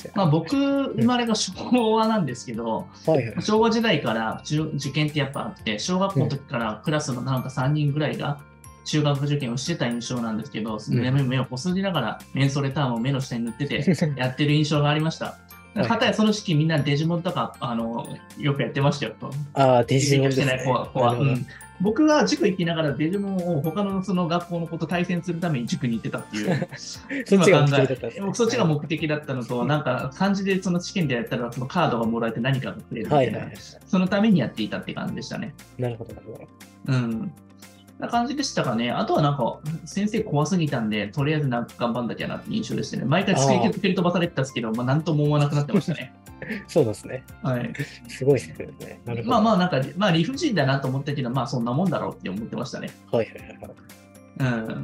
まあ僕、生まれが昭和なんですけど、 はいはい。 昭和時代から受験ってやっぱあって、小学校うん。 の時からクラスのなんか3人ぐらいが中学受験をしてた印象なんですけど、 うん。 目をこすりながらメンソレターンを目の下に塗っててやってる印象がありました。かたやはいはい。 その時期みんなデジモンとか、よくやってましたよ。 ああ、デジモ勉強してない子ンですね。 は。 なるほど。 僕は塾行きながらデジモンを他のその学校の子と対戦するために塾に行ってたっていう、 そっ今考ちが目的だったんでえ、 すね。 僕そっちなるほど。 が目的だったのと、なんか漢字でその試験でやったらそのカードがもらえて何かがくれるみたいな、 はいはいはい。 そのためにやっていたって感じでしたね。 なるほど、なるほど。 うん。な感じでしたかね。あとはなんか、先生怖すぎたんで、とりあえずなんか頑張んなきゃなって印象でしたね。毎回机あ蹴り飛ばされてたんですけど、まあなんとも思わなくなってましたね。 あ、そうなんですね。 はい。 すごいですね。なるほど。 まあまあなんか、まあ理不尽だなと思ったけど、まあそんなもんだろうって思ってましたね。 はいはいはいはい。 うん。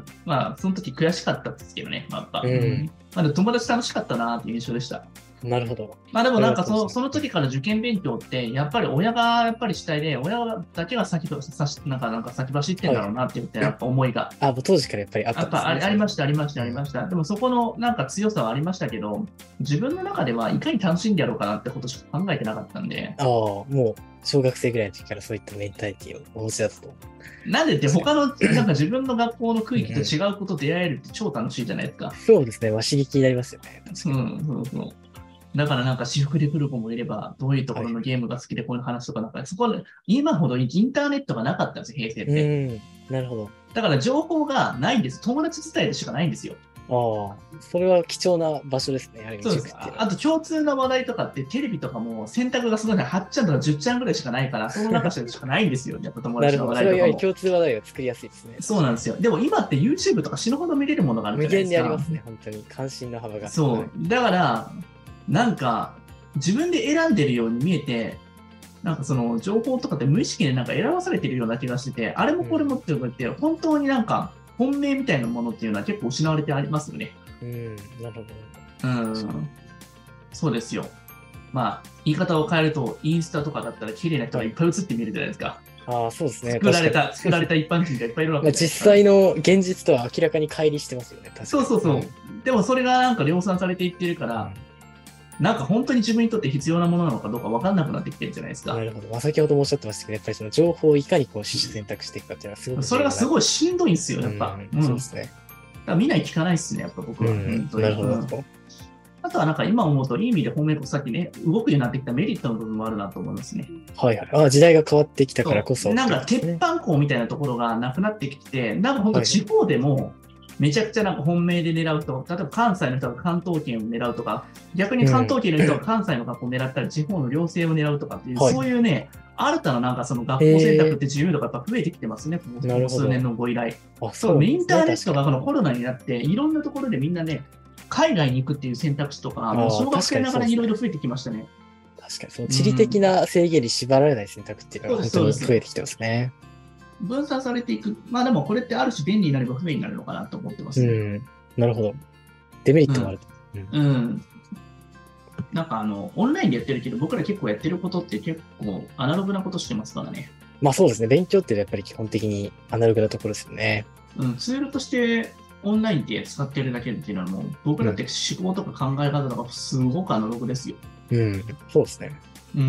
まあその時悔しかったですけどね。まあやっぱ、 うん。 まあでも友達楽しかったなっていう印象でした。 なるほど。 まあでもそれなんかは楽しみ。 その時から受験勉強って、やっぱり親がやっぱり主体で、親だけがなんか先走ってんはいはい。 だろうなって言って、やっぱ思いが。 あ、もう当時からやっぱりあっやっぱたんですね、そういうの。 ありました、ありました、あうん。 りました。でもそこのなんか強さはありましたけど、自分の中ではいかに楽しんでやろうかなってことしか考えてなかったんで、 ああ、もう小学生ぐらいの時からそういったメンタリティをお持ちだったと。 なんでって確かに。 他の、なんか自分の学校の区域とうんうん。 違うこと出会えるって超楽しいじゃないですか。 そうですね。まあ、刺激になりますよね。確かに。 うん、そうそう。だからなんか私服で来る子もいれば、どういうところのはいはい。 ゲームが好きでこういう話とかなんか、そこで、今ほどインターネットがなかったんですよ、平成っうて。 ーん。なるほど。 だから情報がないんです。友達自体でしかないんですよ。 ああ、それは貴重な場所ですね。ある意味、 そうです。 塾っていうのは。 あと共通の話題とかってテレビとかも選択がすごいね、8ちゃんとか10ちゃんぐらいしかないから、その中しかないんですよ。やっぱ友達の話なるほど。それはやはり題とかも。 共通話題が作りやすいですね。確かに。 そうなんですよ。でも今って YouTube とか死ぬほど見れるものがあるじゃないで無限すか。 にありますね。本当に。関心の幅が。はい。 そう。だから、なんか、自分で選んでるように見えて、なんかその情報とかって無意識でなんか選ばされてるような気がしてて、あれもこれうん。 もって言って、本当になんか本命みたいなものっていうのは結構失われてありますよね。 うん。なるほど。 う確かに。 ん。そうですよ。まあ、言い方を変えると、インスタとかだったら綺麗な人がはい。 いっぱい写って見るじゃないですか。 ああ、そうですね。確かに。 作られた一般人がいっぱいいるわまあ、 けじゃないです実か。 際の現実とは明らかに乖離してますよね。確かに。 そうそうそうん。 う。でもそれがなんか量産されていってるから、 うん。 なんか本当に自分にとって必要なものなのかどうか分かんなくなってきてるじゃないですか。 なるほど。まあ、先ほどもおっしゃってましたけど、やっぱりその情報をいかにこう、取捨選択していくかっていうのはすごくそれ重要な。 がすごいしんどいんですよ、やっぱ。 うん。 うん。だかそうですね。 ら見ない聞かないっすね、やっぱ僕は。 うん。 本当に。 なるほど。なうん。 るほど。 あとはなんか今思うと、いい意味で方面さっきね、動くようになってきたメリットの部分もあるなと思いますね。 はいはい。ああ、時代が変わってきたからそう。 こそっていうなんか鉄ことですね。 板校みたいなところがなくなってきて、なんか本当はいはい。 地方でもめちゃくちゃなんか本命で狙うと、例えば関西の人が関東圏を狙うとか、逆にうん。 関東圏の人が関西の学校を狙ったり、地方の寮生を狙うとかっていう、 はい。 そういうね、新たななんかその学校選択っえて自由度がやっぱ増えてきてますね、 なここ数年るほど。 のご依頼。 あ、 そう、インタそうなんですね。 ーネットがこ確かに。 のコロナになって、いろんなところでみんなね、海外に行くっていう選択肢とか、もうああ、 小学確かに生ながそうですね。 らにいろいろ増えてきましたね。 確かに、そのう地理的ん。 な制限に縛られない選択っていうのがそうです、 本当にそうです。 増えてきてますね。 分散されていく。まあでもこれってある種便利になれば不便になるのかなと思ってますね。 うん。なるほど。デメリッうん。 トもあると。うん。 うん。なんかオンラインでやってるけど、僕ら結構やってることって結構アナログなことしてますからね。 まあそうですね。勉強ってやっぱり基本的にアナログなところですよね。 うん。ツールとしてオンラインで使ってるだけっていうのはもう、僕うん。 らって思考とか考え方とかすごくアナログですよ。 うん。そうですね。 うん。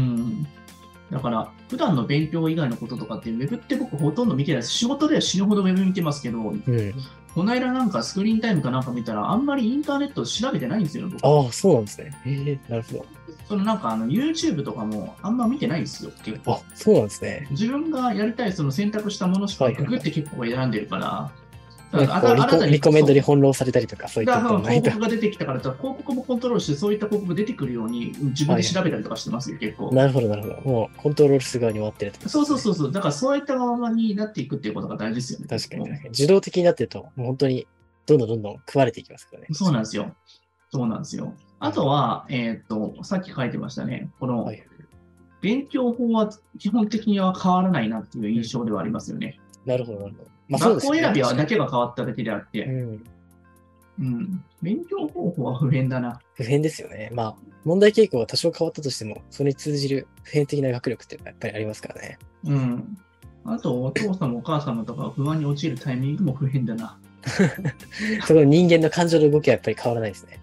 だから、普段の勉強以外のこととかって、ウェブって僕ほとんど見てないです。仕事では死ぬほどウェブ見てますけど、 うん。 この間なんかスクリーンタイムかなんか見たら、あんまりインターネット調べてないんですよ、僕。 ああ、そうなんですね。なるほど。 そのなんかYouTube とかもあんま見てないんですよ、結あ、 構。 そうなんですね。 自分がやりたいその選択したものしかググってはいはいはい。 結構選んでるから、だからなんかこう、リ新たに、 コメンドに翻弄されたりとか、そういったこだからとはないと。 広告が出てきたから、広告もコントロールして、そういった広告出てくるように自分ではいはい。 調べたりとかしてますよ、結構。 なるほど、なるほど。もうコントロールする側に回ってるってことそうですね。 そうそうそう。だからそういった側になっていくっていうことが大事ですよね、結構。 確かに確かに。自動的になってると、もう本当にどんどんどんどん食われていきますからね。 そうなんですよ。そうなんですよ。 うん。 あとは、さっき書いてましたね。このはい。 勉強法は基本的には変わらないなっていう印象ではありますよね。 なるほど、なるほど。まあそうですよね、 学校選びは確かに。 だけが変わっただけであって、 うん。 うん。勉強方法は不変だな。 普遍ですよね。まあ、問題傾向が多少変わったとしても、それに通じる普遍的な学力っていうのはやっぱりありますからね。 うん。あと、お父さんもお母様とか不安に陥るタイミングも不変だな。 そこの人間の感情の動きはやっぱり変わらないですね。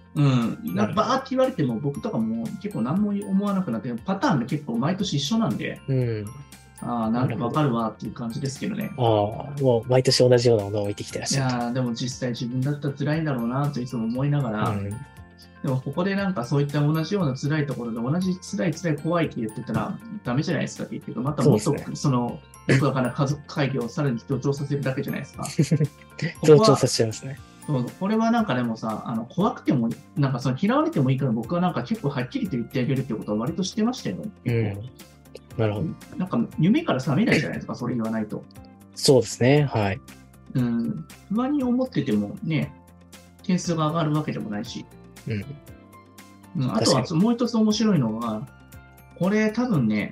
うん。なんかバーって言われても僕とかも結構何も思わなくなって、パターンが結構毎年一緒なんで、 うん。 ああ、なんかわなるほど。 かるわっていう感じですけどね。 ああ、もう毎年同じようなものを置いてきてらっしゃると。 いやー、でも実際自分だったら辛いんだろうなといつも思いながら、 うん。 でもここでなんかそういった同じような辛いところで同じ辛い怖いって言ってたらダメじゃないですかって言ってるまたもっとそうですね。 その僕だから家族会議をさらに強調させるだけじゃないですか。ここ増長さは、 せちゃいますね。 そうこれはなんかでもさ、怖くても、なんかその嫌われてもいいから僕はなんか結構はっきりと言ってあげるってことは割としてましたよね。結構。 うん。なるほど。 なんか夢から覚めないじゃないですか、それ言わないと。 そうですね。はい。 うん。不安に思っててもね、点数が上がるわけでもないし。 うん。 うん、あとは確かに。 もう一つ面白いのが、これ多分ね、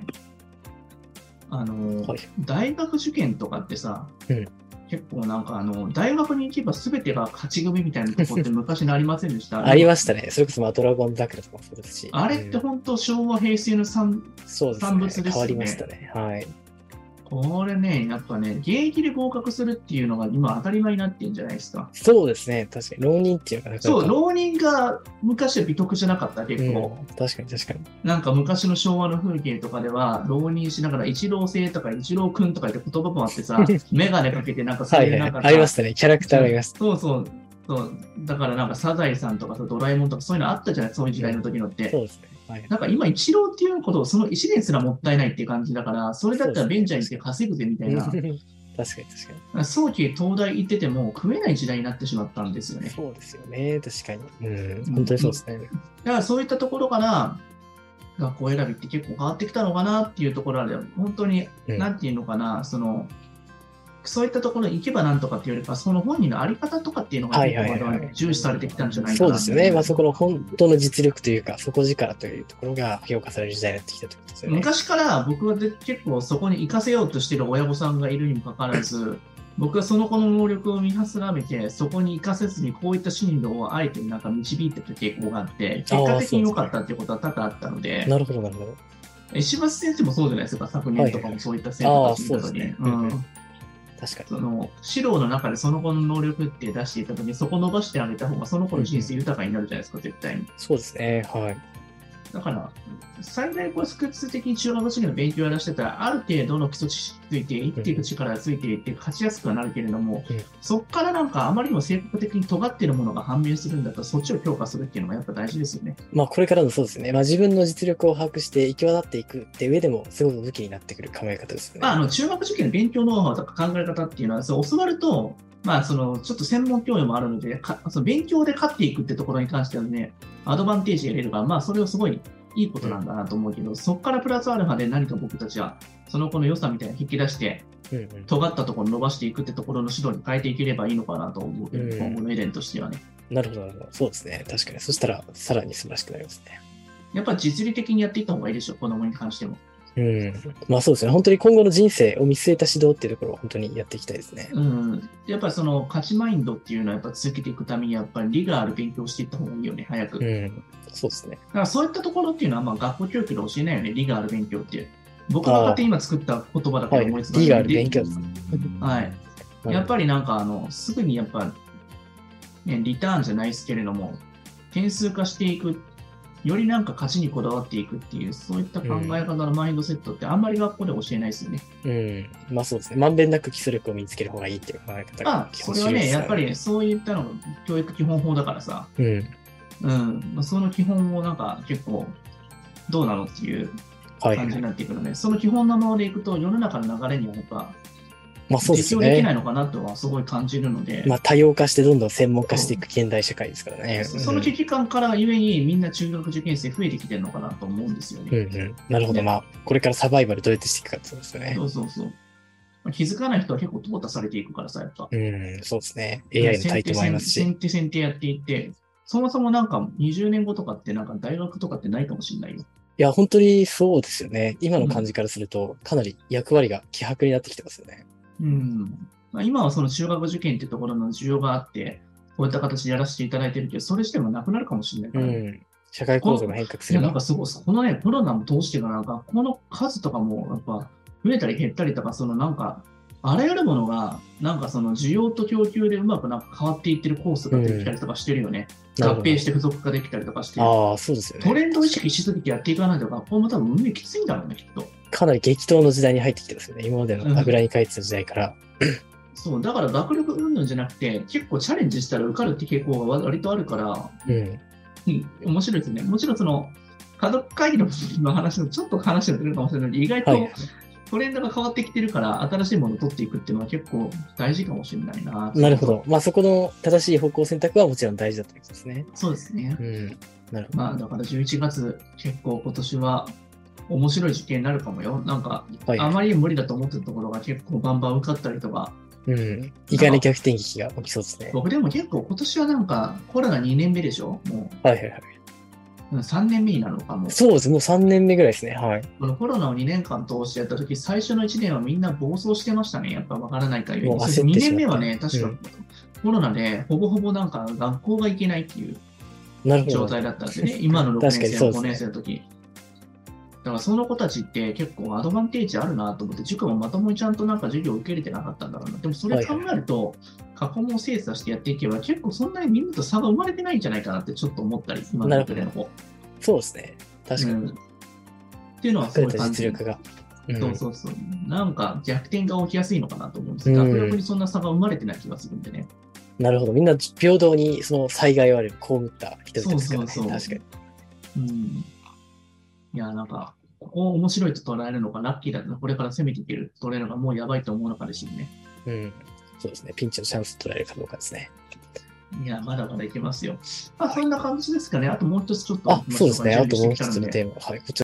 はい。 大学受験とかってさ、 うん。 結構なんか大学に行けば全てが勝ち組みたいなところって昔にありませんでしたありましたね。それこそドラゴン桜とかもそうですし。 あれって本当昭和平成の産そうですね。変わり物ですよね。 ましたね。はい。 これね、やっぱね、現役で合格するっていうのが今当たり前になってるんじゃないですか。 そうですね。確かに。浪人っていうのがなかなそう、 か。 浪人が昔は美徳じゃなかった、結うん。 構。 確かに確かに。 なんか昔の昭和の風景とかでは、浪人しながら一浪星とか一浪くんとか言って言葉もあってさ、メガネかけてなんかそういうはいはいはい。 なんかさ、 ありましたね。キャラクターがいました。 そうそう、そう、だからなんかサザエさんとかさ、ドラえもんとかそういうのあったじゃない、そういう時代の時のって。 そうですね。はい。 なんか今一浪っていうことをその一年すらもったいないっていう感じだから、それだったらそうですね。 ベンチャーに行って稼ぐぜみたいな、 確かに。確かに。 早期東大行ってても食えない時代になってしまったんですよね。 そうですよね。確かに。うん。 うん、 本当にそうですね。 だからそういったところから学校選びって結構変わってきたのかなっていうところで、本当に、 うん。 なんていうのかな、そういったところに行けばなんとかっていうよりか、その本人のあり方とかっていうのがはい結構はいはいはい。 重視されてきたんじゃないかなっていう。 そうですよね。まあそこの本当の実力というか、底力というところが評価される時代になってきたということですよね。 昔から僕は結構そこに行かせようとしている親御さんがいるにもかかわらず、僕はその子の能力を見定めて、そこに行かせずにこういった進路をあえてなんか導いてた傾向があって、結果ああ、 的に良かっそうですね。 たっていうことは多々あったので、 なるほど、なるほど。 石橋先生もそうじゃないですか、昨年とかもはいはいはい。 そういった生徒ああ、 たち見たときに。 そうですね。うんうん。確かに。 指導の中でその子の能力って出していたときに、そこ伸ばしてあげた方がその子の人うんうん。 生豊かになるじゃないですか、絶対に。 そうですね。はい。 だから、最大公設的に中学受験の勉強をやらしてたら、ある程度の基礎知識ついて、生きていくうん力がついていって、勝ちやすくはなるけれども、 うん。 そこからなんかあまりにも性格的に尖っているものが判明するんだったら、そっちを強化するっていうのがやっぱ大事ですよね。 まあこれからのそうですね。まあ自分の実力を把握して行き渡っていくって上でもすごく武器になってくる考え方ですよね。 中学受験の勉強ノウハウとか考え方っていうのは、教わると、ちょっと専門教養もあるので、その勉強で勝っていくってところに関してはね、アドバンテージが得れるから、それをすごいいいことなんだなと思うけど、そこからプラスアルファで何か僕たちは、その子の良さみたいなのを引き出して、 うんうん。 尖ったところを伸ばしていくってところの指導に変えていければいいのかなと思うけど、 うん今後のエレンとしてはね。 なるほど、なるほど。そうですね。確かに。そしたらさらに素晴らしくなりますね。 やっぱり実利的にやっていった方がいいでしょ、子供に関しても。 うん。まあそうですね。本当に今後の人生を見据えた指導っていうところを本当にやっていきたいですね。 うん。やっぱりその勝ちマインドっていうのはやっぱ続けていくために、やっぱり利がある勉強をしていった方がいいよね、早く。 うん。そうですね。 だからそういったところっていうのは、学校教育で教えないよね、利がある勉強っていう。僕が勝手に今作った言葉だけはい。 ど思いつかない。 利がある勉強です。 はい。やっぱりなんかすぐにやっぱ、ね、リターンじゃないですけれども、点数化していく、よりなんか勝ちにこだわっていくっていう、そういった考え方のマインドセットってあんまり学校で教えないですよね。 うん。まあそうですね。まんべんなく基礎力を身につける方がいいっていう考え方が基それはね、 本主流ですやっぱりそういったのが教育基本法だからさ、 うん。 その基本をなんか結構どうなのっていうはい、 感じになっていくので、その基本のままでいくと世の中の流れにはやっぱまあそうですよ適応できないね。 のかなとはすごい感じるので、 まあ多様化してどんどん専門化していく現代社会ですからね。 その危機感からゆえにみんな中学受験生増えてきてるのかなと思うんですよね。 うんうん。なるほど。 ね、 まあこれからサバイバルどうやってしていくかってことですよね。 そうそうそう。気づかない人は結構淘汰されていくからさ、やっぱ。 うん、そうですね。AI の台頭もありますし。 先手やっていって、そもそもなんか20年後とかってなんか大学とかってないかもしれないよ。 いや、本当にそうですよね。今の感じからすると、かなり役割が希薄になってきてますよね。 今はその中学受験っていうところの需要があって、こういった形でやらせていただいてるけど、それしてもなくなるかもしれないからね。 社会構造が変革すれば。 なんかすごい、このね、コロナも通してから、学校の数とかもやっぱ増えたり減ったりとか、なんか、 あらゆるものが、なんかその需要と供給でうまくなんか変わっていってるコースができたりとかしてるよね。合併して付属化できたりとかしてる。 ああ、そうですよね。 トレンドを意識しすぎてやっていかないと学校も多分運営きついんだろうね、きっと。 かなり激闘の時代に入ってきてますよね。今までのあぐらに書いてた時代から。 そう、だから学力云々じゃなくて、結構チャレンジしたら受かるって傾向が割とあるから、面白いですね。もちろんその、家族会議の話もちょっと話が出るかもしれないけど、意外とトレンドが変わってきてるから、新しいものを取っていくっていうのは結構大事かもしれないな。 なるほど。まあそこの正しい方向選択はもちろん大事だということですね。 そうですね。 なるほど。 まあだから11月、結構今年は面白い受験になるかもよ。なんか、あまり無理だと思ってたところが結構バンバン受かったりとか。 意外な逆転劇が起きそうですね。 僕でも結構今年はなんかコロナ2年目でしょもう。 3年目になるのかも。 そうです。もう3年目ぐらいですね。 このコロナを2年間通してやったとき、最初の1年はみんな暴走してましたね。やっぱわからないかゆえに。2年目はね、確か、コロナでほぼほぼなんか学校が行けないっていう状態だったんですよね。今の6年生、5年生の時。だからその子たちって結構アドバンテージあるなと思って、塾もまともにちゃんとなんか授業を受け入れてなかったんだろうな。でもそれ考えると、過去問精査してやっていけば、結構そんなにみんなと差が生まれてないんじゃないかなってちょっと思ったり、今のくらいの子。 そうですね。確かに。 っていうのはそういう感じ。 実力が。 そう。なんか逆転が起きやすいのかなと思うんですけど、学力にそんな差が生まれてない気がするんでね。 なるほど。みんな平等にその災害を被った人々ですからね。 そう。 確かに。いや、なんか、ここ面白いと捉えるのか、ラッキーだとこれから攻めていけると捉えるのがもうやばいと思うのかですよね。 そうですね。ピンチのチャンスと捉えるかどうかですね。 いや、まだまだいけますよ。そんな感じですかね。あともう一つちょっと。 そうですね。あともう一つのテーマ。こちら